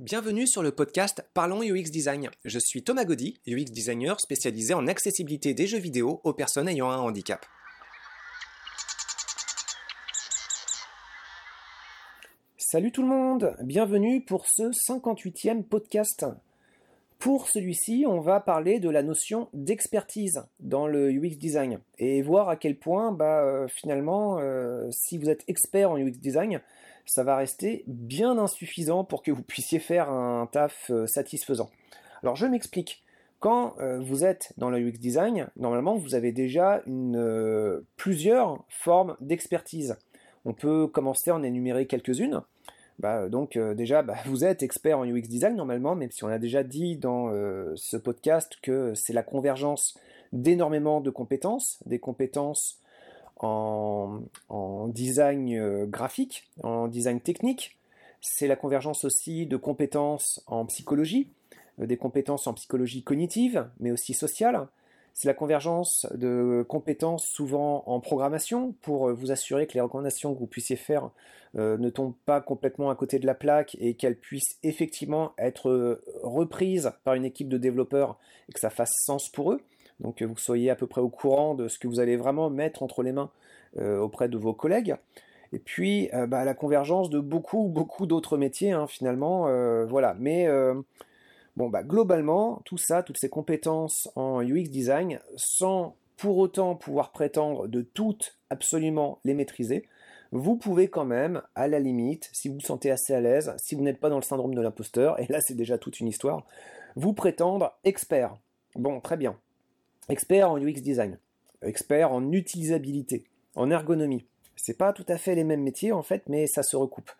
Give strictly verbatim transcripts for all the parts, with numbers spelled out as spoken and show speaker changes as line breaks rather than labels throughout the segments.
Bienvenue sur le podcast Parlons U X Design. Je suis Thomas Gaudy, U X designer spécialisé en accessibilité des jeux vidéo aux personnes ayant un handicap. Salut tout le monde, bienvenue pour ce cinquante-huitième podcast. Pour celui-ci, on va parler de la notion d'expertise dans le U X design et voir à quel point bah, euh, finalement, euh, si vous êtes expert en U X design, ça va rester bien insuffisant pour que vous puissiez faire un taf euh, satisfaisant. Alors je m'explique. Quand euh, vous êtes dans le U X design, normalement vous avez déjà une, euh, plusieurs formes d'expertise. On peut commencer à en énumérer quelques-unes. Bah, donc euh, déjà, bah, vous êtes expert en U X design normalement, même si on a déjà dit dans euh, ce podcast que c'est la convergence d'énormément de compétences, des compétences en, en design euh, graphique, en design technique. C'est la convergence aussi de compétences en psychologie, euh, des compétences en psychologie cognitive, mais aussi sociale. C'est la convergence de compétences souvent en programmation pour vous assurer que les recommandations que vous puissiez faire euh, ne tombent pas complètement à côté de la plaque et qu'elles puissent effectivement être reprises par une équipe de développeurs et que ça fasse sens pour eux. Donc que vous soyez à peu près au courant de ce que vous allez vraiment mettre entre les mains euh, auprès de vos collègues. Et puis euh, bah, la convergence de beaucoup, beaucoup d'autres métiers hein, finalement. Euh, voilà, mais... Euh, Bon, bah, globalement, tout ça, toutes ces compétences en U X design, sans pour autant pouvoir prétendre de toutes absolument les maîtriser, vous pouvez quand même, à la limite, si vous vous sentez assez à l'aise, si vous n'êtes pas dans le syndrome de l'imposteur, et là c'est déjà toute une histoire, vous prétendre expert. Bon, très bien. Expert en U X design, expert en utilisabilité, en ergonomie. C'est pas tout à fait les mêmes métiers en fait, mais ça se recoupe.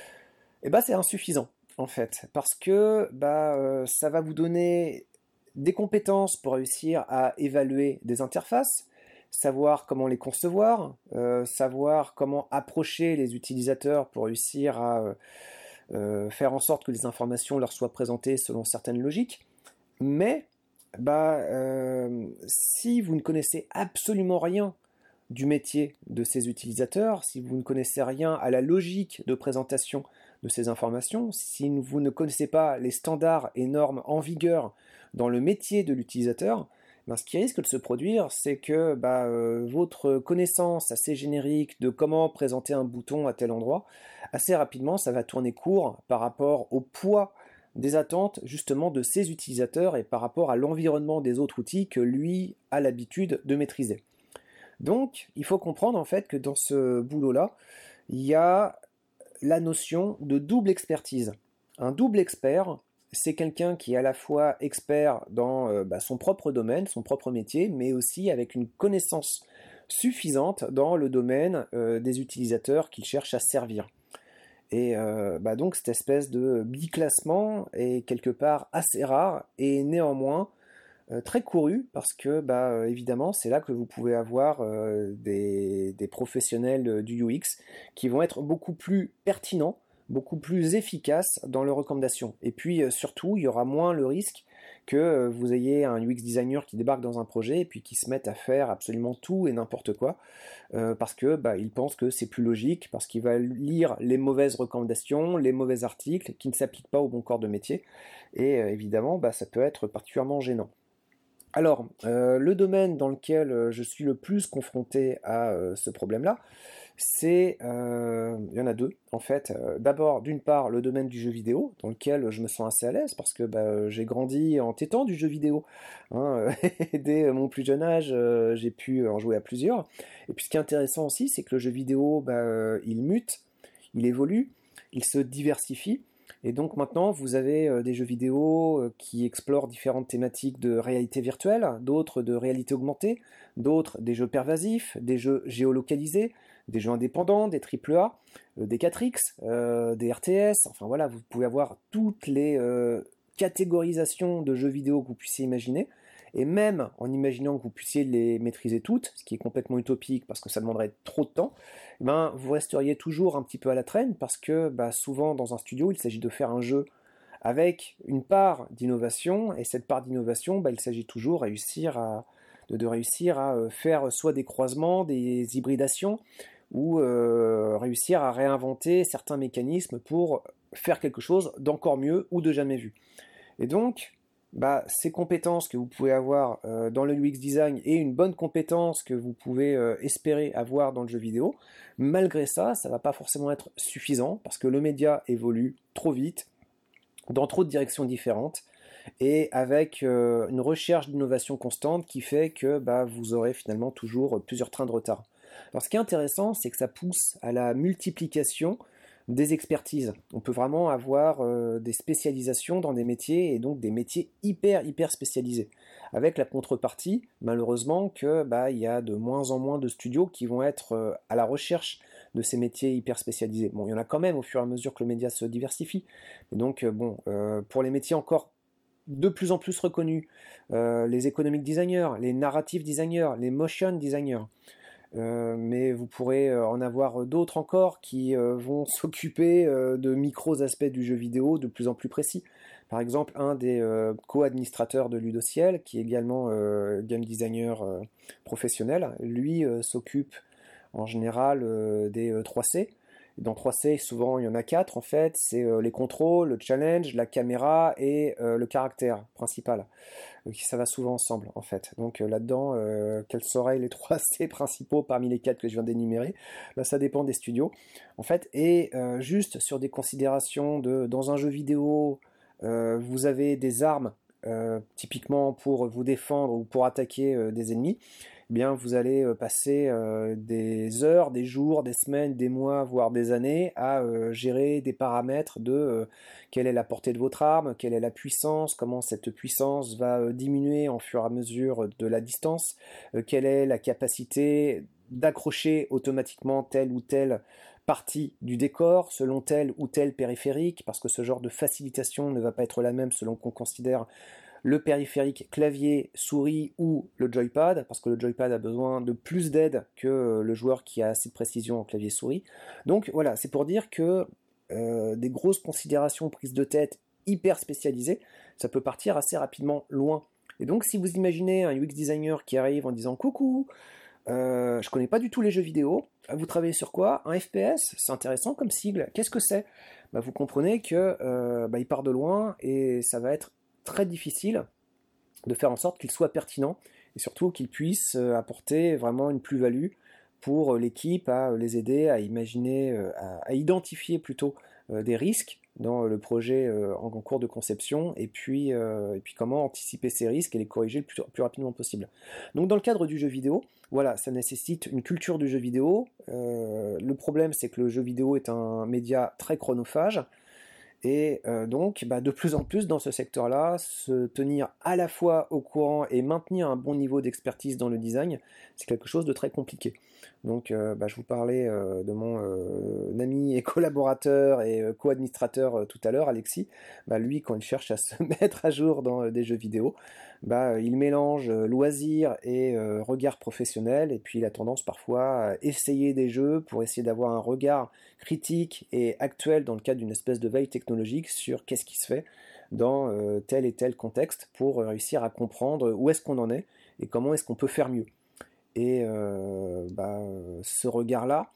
Et bah c'est insuffisant. En fait, parce que bah, euh, ça va vous donner des compétences pour réussir à évaluer des interfaces, savoir comment les concevoir, euh, savoir comment approcher les utilisateurs pour réussir à euh, euh, faire en sorte que les informations leur soient présentées selon certaines logiques. Mais bah, euh, si vous ne connaissez absolument rien du métier de ces utilisateurs, si vous ne connaissez rien à la logique de présentation de ces informations, si vous ne connaissez pas les standards et normes en vigueur dans le métier de l'utilisateur, ben ce qui risque de se produire, c'est que bah, euh, votre connaissance assez générique de comment présenter un bouton à tel endroit, assez rapidement, ça va tourner court par rapport au poids des attentes justement de ces utilisateurs et par rapport à l'environnement des autres outils que lui a l'habitude de maîtriser. Donc, il faut comprendre en fait que dans ce boulot-là, il y a la notion de double expertise. Un double expert, c'est quelqu'un qui est à la fois expert dans euh, bah, son propre domaine, son propre métier, mais aussi avec une connaissance suffisante dans le domaine euh, des utilisateurs qu'il cherche à servir. Et euh, bah, donc cette espèce de biclassement est quelque part assez rare et néanmoins Euh, très couru parce que bah, euh, évidemment c'est là que vous pouvez avoir euh, des, des professionnels euh, du U X qui vont être beaucoup plus pertinents, beaucoup plus efficaces dans leurs recommandations. Et puis euh, surtout il y aura moins le risque que euh, vous ayez un U X designer qui débarque dans un projet et puis qui se mette à faire absolument tout et n'importe quoi euh, parce que bah, il pense que c'est plus logique, parce qu'il va lire les mauvaises recommandations, les mauvais articles qui ne s'appliquent pas au bon corps de métier et euh, évidemment bah, ça peut être particulièrement gênant. Alors, euh, le domaine dans lequel euh, je suis le plus confronté à euh, ce problème-là, c'est, euh, il y en a deux en fait. Euh, d'abord, d'une part, le domaine du jeu vidéo, dans lequel je me sens assez à l'aise parce que bah, j'ai grandi en tétant du jeu vidéo. Hein, et dès mon plus jeune âge, euh, j'ai pu en jouer à plusieurs. Et puis ce qui est intéressant aussi, c'est que le jeu vidéo, bah, euh, il mute, il évolue, il se diversifie. Et donc maintenant, vous avez euh, des jeux vidéo euh, qui explorent différentes thématiques de réalité virtuelle, d'autres de réalité augmentée, d'autres des jeux pervasifs, des jeux géolocalisés, des jeux indépendants, des triple A, euh, des quatre X, euh, des R T S, enfin voilà, vous pouvez avoir toutes les euh, catégorisations de jeux vidéo que vous puissiez imaginer. Et même en imaginant que vous puissiez les maîtriser toutes, ce qui est complètement utopique parce que ça demanderait trop de temps, ben, vous resteriez toujours un petit peu à la traîne parce que bah, souvent dans un studio, il s'agit de faire un jeu avec une part d'innovation, et cette part d'innovation, bah, il s'agit toujours réussir à, de, de réussir à faire soit des croisements, des hybridations, ou euh, réussir à réinventer certains mécanismes pour faire quelque chose d'encore mieux ou de jamais vu. Et donc, bah, ces compétences que vous pouvez avoir euh, dans le U X design et une bonne compétence que vous pouvez euh, espérer avoir dans le jeu vidéo, malgré ça, ça ne va pas forcément être suffisant parce que le média évolue trop vite, dans trop de directions différentes, et avec euh, une recherche d'innovation constante qui fait que bah, vous aurez finalement toujours plusieurs trains de retard. Alors ce qui est intéressant, c'est que ça pousse à la multiplication des expertises. On peut vraiment avoir euh, des spécialisations dans des métiers et donc des métiers hyper hyper spécialisés. Avec la contrepartie, malheureusement, que bah, y a de moins en moins de studios qui vont être euh, à la recherche de ces métiers hyper spécialisés. Bon, il y en a quand même au fur et à mesure que le média se diversifie. Et donc, euh, bon, euh, pour les métiers encore de plus en plus reconnus, euh, les economic designers, les narrative designers, les motion designers, Euh, mais vous pourrez euh, en avoir d'autres encore qui euh, vont s'occuper euh, de micros aspects du jeu vidéo de plus en plus précis. Par exemple, un des euh, co-administrateurs de Ludociel, qui est également euh, game designer euh, professionnel, lui euh, s'occupe en général euh, des euh, trois C. Dans trois C, souvent il y en a quatre en fait, c'est euh, les contrôles, le challenge, la caméra et euh, le caractère principal. Donc ça va souvent ensemble en fait. Donc euh, là-dedans, euh, quels seraient les trois C principaux parmi les quatre que je viens d'énumérer? Là, ça dépend des studios en fait. Et euh, juste sur des considérations de dans un jeu vidéo, euh, vous avez des armes euh, typiquement pour vous défendre ou pour attaquer euh, des ennemis. Eh bien, vous allez euh, passer euh, des heures, des jours, des semaines, des mois, voire des années à euh, gérer des paramètres de euh, quelle est la portée de votre arme, quelle est la puissance, comment cette puissance va euh, diminuer en fur et à mesure de la distance, euh, quelle est la capacité d'accrocher automatiquement telle ou telle partie du décor selon tel ou tel périphérique, parce que ce genre de facilitation ne va pas être la même selon qu'on considère le périphérique clavier, souris ou le joypad, parce que le joypad a besoin de plus d'aide que le joueur qui a assez de précision en clavier souris. Donc voilà, c'est pour dire que euh, des grosses considérations prises de tête hyper spécialisées, ça peut partir assez rapidement loin. Et donc si vous imaginez un U X designer qui arrive en disant coucou, euh, je connais pas du tout les jeux vidéo, vous travaillez sur quoi? Un F P S? C'est intéressant comme sigle, qu'est-ce que c'est? Bah, vous comprenez que euh, bah, il part de loin et ça va être très difficile de faire en sorte qu'il soit pertinent et surtout qu'il puisse euh, apporter vraiment une plus-value pour l'équipe, à les aider à imaginer, euh, à, à identifier plutôt euh, des risques dans le projet euh, en, en cours de conception et puis, euh, et puis comment anticiper ces risques et les corriger le plus, plus rapidement possible. Donc dans le cadre du jeu vidéo, voilà, ça nécessite une culture du jeu vidéo. Euh, le problème c'est que le jeu vidéo est un média très chronophage. Et euh, donc, bah, de plus en plus dans ce secteur-là, se tenir à la fois au courant et maintenir un bon niveau d'expertise dans le design, c'est quelque chose de très compliqué. Donc, euh, bah, je vous parlais euh, de mon euh, ami et collaborateur et euh, co-administrateur euh, tout à l'heure, Alexis. Bah, lui, quand il cherche à se mettre à jour dans euh, des jeux vidéo, bah, il mélange euh, loisirs et euh, regard professionnel, et puis il a tendance parfois à essayer des jeux pour essayer d'avoir un regard critique et actuel dans le cadre d'une espèce de veille technologique sur qu'est-ce qui se fait dans euh, tel et tel contexte pour réussir à comprendre où est-ce qu'on en est et comment est-ce qu'on peut faire mieux. Et euh, bah, ce regard-là,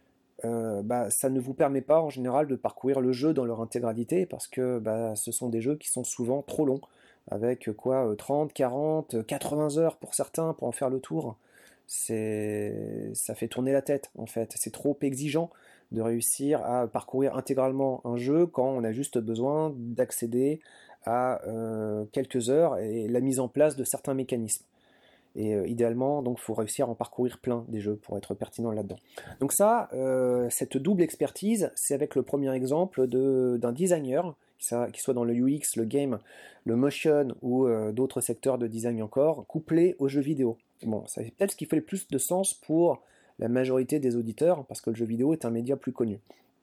euh, bah, ça ne vous permet pas en général de parcourir le jeu dans leur intégralité parce que bah, ce sont des jeux qui sont souvent trop longs, avec quoi trente, quarante, quatre-vingts heures pour certains pour en faire le tour. C'est... Ça fait tourner la tête en fait, c'est trop exigeant de réussir à parcourir intégralement un jeu quand on a juste besoin d'accéder à euh, quelques heures et la mise en place de certains mécanismes. Et euh, idéalement, donc, il faut réussir à en parcourir plein des jeux pour être pertinent là-dedans. Donc ça, euh, cette double expertise, c'est avec le premier exemple de, d'un designer, ça, qui soit dans le U X, le game, le motion ou euh, d'autres secteurs de design encore, couplé aux jeux vidéo. Bon, c'est peut-être ce qui fait le plus de sens pour la majorité des auditeurs, parce que le jeu vidéo est un média plus connu.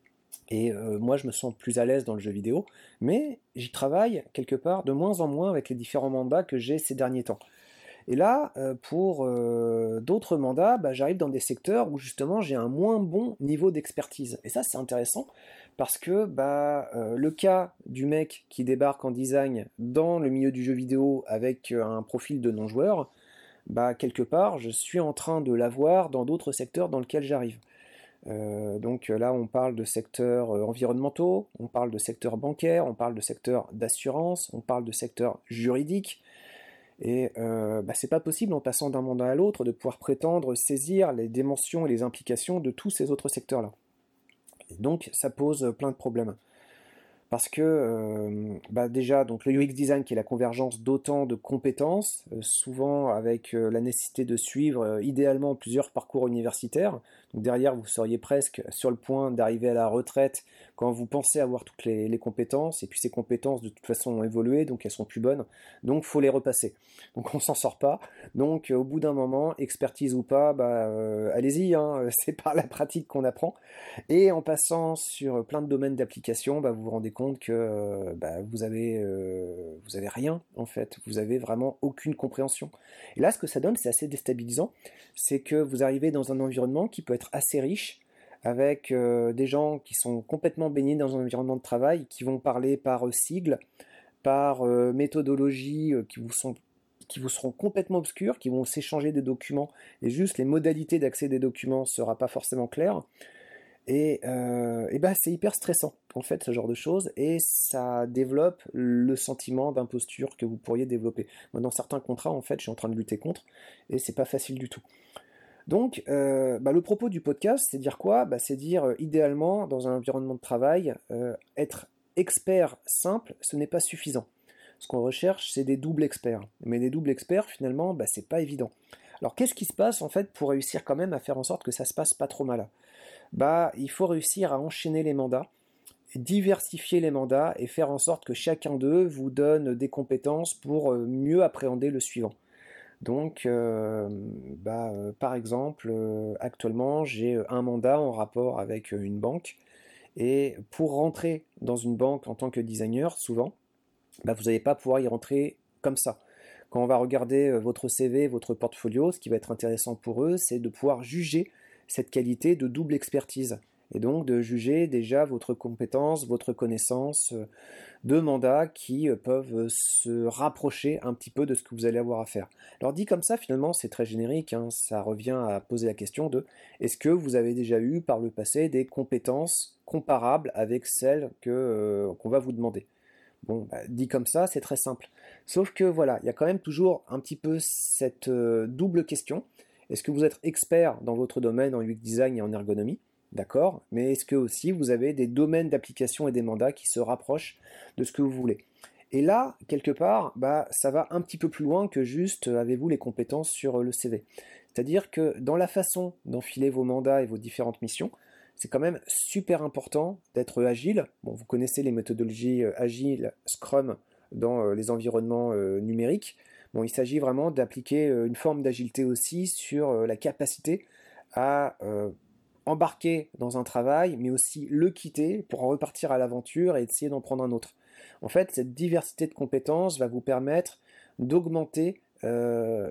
Et euh, moi, je me sens plus à l'aise dans le jeu vidéo, mais j'y travaille quelque part de moins en moins avec les différents mandats que j'ai ces derniers temps. Et là, euh, pour euh, d'autres mandats, bah, j'arrive dans des secteurs où justement j'ai un moins bon niveau d'expertise. Et ça, c'est intéressant parce que bah, euh, le cas du mec qui débarque en design dans le milieu du jeu vidéo avec un profil de non-joueur, bah, quelque part, je suis en train de l'avoir dans d'autres secteurs dans lesquels j'arrive. Euh, donc là, on parle de secteurs euh, environnementaux, on parle de secteurs bancaires, on parle de secteurs d'assurance, on parle de secteurs juridiques. Et euh, bah, c'est pas possible en passant d'un mandat à l'autre de pouvoir prétendre saisir les dimensions et les implications de tous ces autres secteurs-là. Et donc ça pose plein de problèmes. Parce que euh, bah déjà, donc le U X design qui est la convergence d'autant de compétences, euh, souvent avec euh, la nécessité de suivre euh, idéalement plusieurs parcours universitaires. Donc derrière, vous seriez presque sur le point d'arriver à la retraite quand vous pensez avoir toutes les, les compétences, et puis ces compétences de toute façon ont évolué, donc elles sont plus bonnes, donc faut les repasser. Donc on s'en sort pas. Donc euh, au bout d'un moment, expertise ou pas, bah euh, allez-y, hein, c'est par la pratique qu'on apprend. Et en passant sur plein de domaines d'application, bah, vous vous rendez compte que euh, bah, vous avez, euh, vous avez rien en fait, vous avez vraiment aucune compréhension. Et là, ce que ça donne, c'est assez déstabilisant, c'est que vous arrivez dans un environnement qui peut être assez riche, avec euh, des gens qui sont complètement baignés dans un environnement de travail, qui vont parler par euh, sigles, par euh, méthodologies euh, qui vous sont qui vous seront complètement obscures, qui vont s'échanger des documents, et juste les modalités d'accès des documents ne sera pas forcément claires. Et, euh, et ben c'est hyper stressant, en fait, ce genre de choses, et ça développe le sentiment d'imposture que vous pourriez développer. Moi, dans certains contrats, en fait, je suis en train de lutter contre, et c'est pas facile du tout. Donc, euh, bah, le propos du podcast, c'est dire quoi? Bah, c'est dire, euh, idéalement, dans un environnement de travail, euh, être expert simple, ce n'est pas suffisant. Ce qu'on recherche, c'est des doubles experts. Mais des doubles experts, finalement, bah, c'est pas évident. Alors, qu'est-ce qui se passe, en fait, pour réussir quand même à faire en sorte que ça se passe pas trop mal? Bah, il faut réussir à enchaîner les mandats, diversifier les mandats et faire en sorte que chacun d'eux vous donne des compétences pour euh, mieux appréhender le suivant. Donc, euh, bah, euh, par exemple, euh, actuellement, j'ai un mandat en rapport avec euh, une banque. Et pour rentrer dans une banque en tant que designer, souvent, bah, vous n'allez pas pouvoir y rentrer comme ça. Quand on va regarder euh, votre C V, votre portfolio, ce qui va être intéressant pour eux, c'est de pouvoir juger cette qualité de double expertise. Et donc de juger déjà votre compétence, votre connaissance euh, de mandats qui euh, peuvent se rapprocher un petit peu de ce que vous allez avoir à faire. Alors dit comme ça, finalement, c'est très générique, hein, ça revient à poser la question de est-ce que vous avez déjà eu par le passé des compétences comparables avec celles que, euh, qu'on va vous demander? Bon, bah, dit comme ça, c'est très simple. Sauf que voilà, il y a quand même toujours un petit peu cette euh, double question. Est-ce que vous êtes expert dans votre domaine en U X design et en ergonomie? D'accord, mais est-ce que aussi vous avez des domaines d'application et des mandats qui se rapprochent de ce que vous voulez? Et là, quelque part, bah, ça va un petit peu plus loin que juste euh, avez-vous les compétences sur euh, le C V. C'est-à-dire que dans la façon d'enfiler vos mandats et vos différentes missions, c'est quand même super important d'être agile. Bon, vous connaissez les méthodologies euh, agiles, Scrum dans euh, les environnements euh, numériques. Bon, il s'agit vraiment d'appliquer euh, une forme d'agilité aussi sur euh, la capacité à euh, embarquer dans un travail, mais aussi le quitter pour en repartir à l'aventure et essayer d'en prendre un autre. En fait, cette diversité de compétences va vous permettre d'augmenter euh,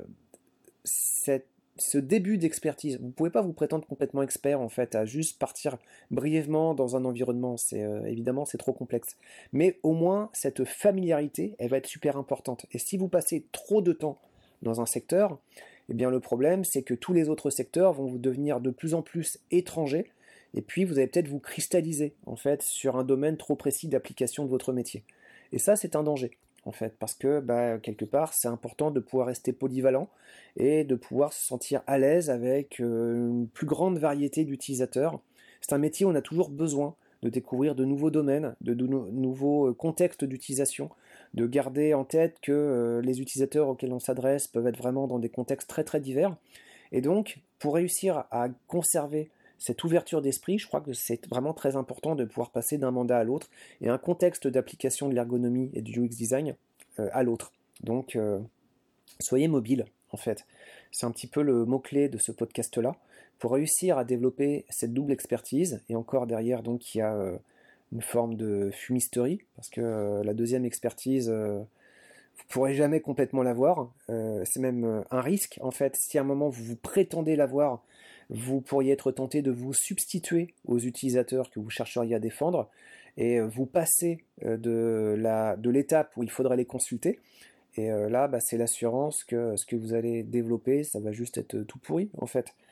cette ce début d'expertise. Vous ne pouvez pas vous prétendre complètement expert en fait à juste partir brièvement dans un environnement. C'est euh, évidemment c'est trop complexe. Mais au moins cette familiarité, elle va être super importante. Et si vous passez trop de temps dans un secteur, eh bien le problème c'est que tous les autres secteurs vont vous devenir de plus en plus étrangers. Et puis vous allez peut-être vous cristalliser en fait sur un domaine trop précis d'application de votre métier. Et ça c'est un danger en fait, parce que bah, quelque part, c'est important de pouvoir rester polyvalent et de pouvoir se sentir à l'aise avec euh, une plus grande variété d'utilisateurs. C'est un métier où on a toujours besoin de découvrir de nouveaux domaines, de, de no- nouveaux contextes d'utilisation, de garder en tête que euh, les utilisateurs auxquels on s'adresse peuvent être vraiment dans des contextes très très divers. Et donc, pour réussir à conserver cette ouverture d'esprit, je crois que c'est vraiment très important de pouvoir passer d'un mandat à l'autre et un contexte d'application de l'ergonomie et du U X design euh, à l'autre. Donc, euh, soyez mobile, en fait. C'est un petit peu le mot-clé de ce podcast-là. Pour réussir à développer cette double expertise, et encore derrière, donc, il y a euh, une forme de fumisterie, parce que euh, la deuxième expertise, euh, vous ne pourrez jamais complètement l'avoir. Euh, c'est même euh, un risque, en fait. Si à un moment vous vous prétendez l'avoir, vous pourriez être tenté de vous substituer aux utilisateurs que vous chercheriez à défendre et euh, vous passer euh, de, la, de l'étape où il faudrait les consulter. Et euh, là, bah, c'est l'assurance que ce que vous allez développer, ça va juste être tout pourri, en fait.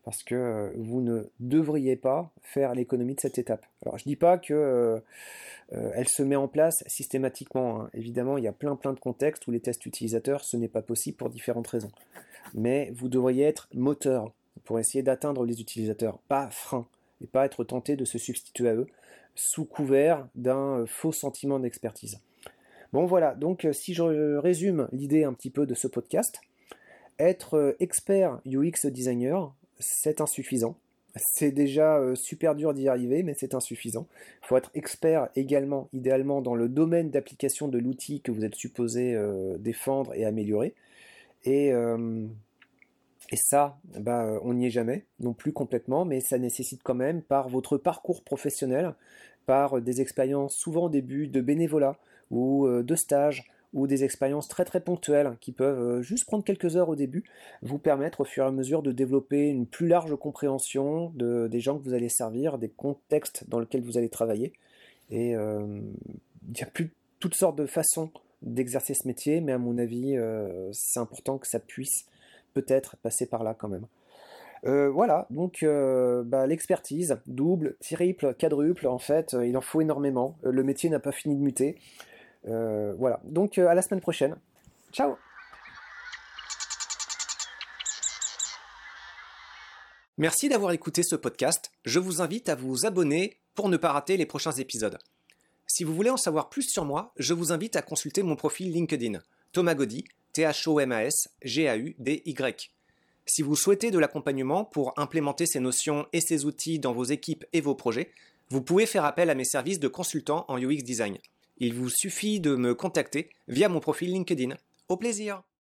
parce que euh, vous ne devriez pas faire l'économie de cette étape. Alors je ne dis pas que euh, euh, elle se met en place systématiquement, hein. Évidemment, il y a plein plein de contextes où les tests utilisateurs, ce n'est pas possible pour différentes raisons. Mais vous devriez être moteur pour essayer d'atteindre les utilisateurs, pas frein, et pas être tenté de se substituer à eux sous couvert d'un faux sentiment d'expertise. Bon voilà, donc si je résume l'idée un petit peu de ce podcast, être expert U X designer, c'est insuffisant. C'est déjà super dur d'y arriver, mais c'est insuffisant. Il faut être expert également, idéalement, dans le domaine d'application de l'outil que vous êtes supposé euh, défendre et améliorer. Et, euh, et ça, bah, on n'y est jamais, non plus complètement, mais ça nécessite quand même, par votre parcours professionnel, par des expériences souvent au début de bénévolat ou euh, de stage, ou des expériences très très ponctuelles qui peuvent euh, juste prendre quelques heures au début, vous permettre au fur et à mesure de développer une plus large compréhension de, des gens que vous allez servir, des contextes dans lesquels vous allez travailler. Et euh, il y a plus toutes sortes de façons d'exercer ce métier, mais à mon avis, euh, c'est important que ça puisse peut-être passer par là quand même. Euh, voilà, donc euh, bah, l'expertise, double, triple, quadruple, en fait, euh, il en faut énormément. Euh, le métier n'a pas fini de muter. Euh, voilà, donc euh, à la semaine prochaine. Ciao! Merci d'avoir écouté ce podcast. Je vous invite à vous abonner pour ne pas rater les prochains épisodes. Si vous voulez en savoir plus sur moi, je vous invite à consulter mon profil LinkedIn, Thomas Gaudy, T H O M A S G A U D Y. Si vous souhaitez de l'accompagnement pour implémenter ces notions et ces outils dans vos équipes et vos projets, vous pouvez faire appel à mes services de consultant en U X Design. Il vous suffit de me contacter via mon profil LinkedIn. Au plaisir!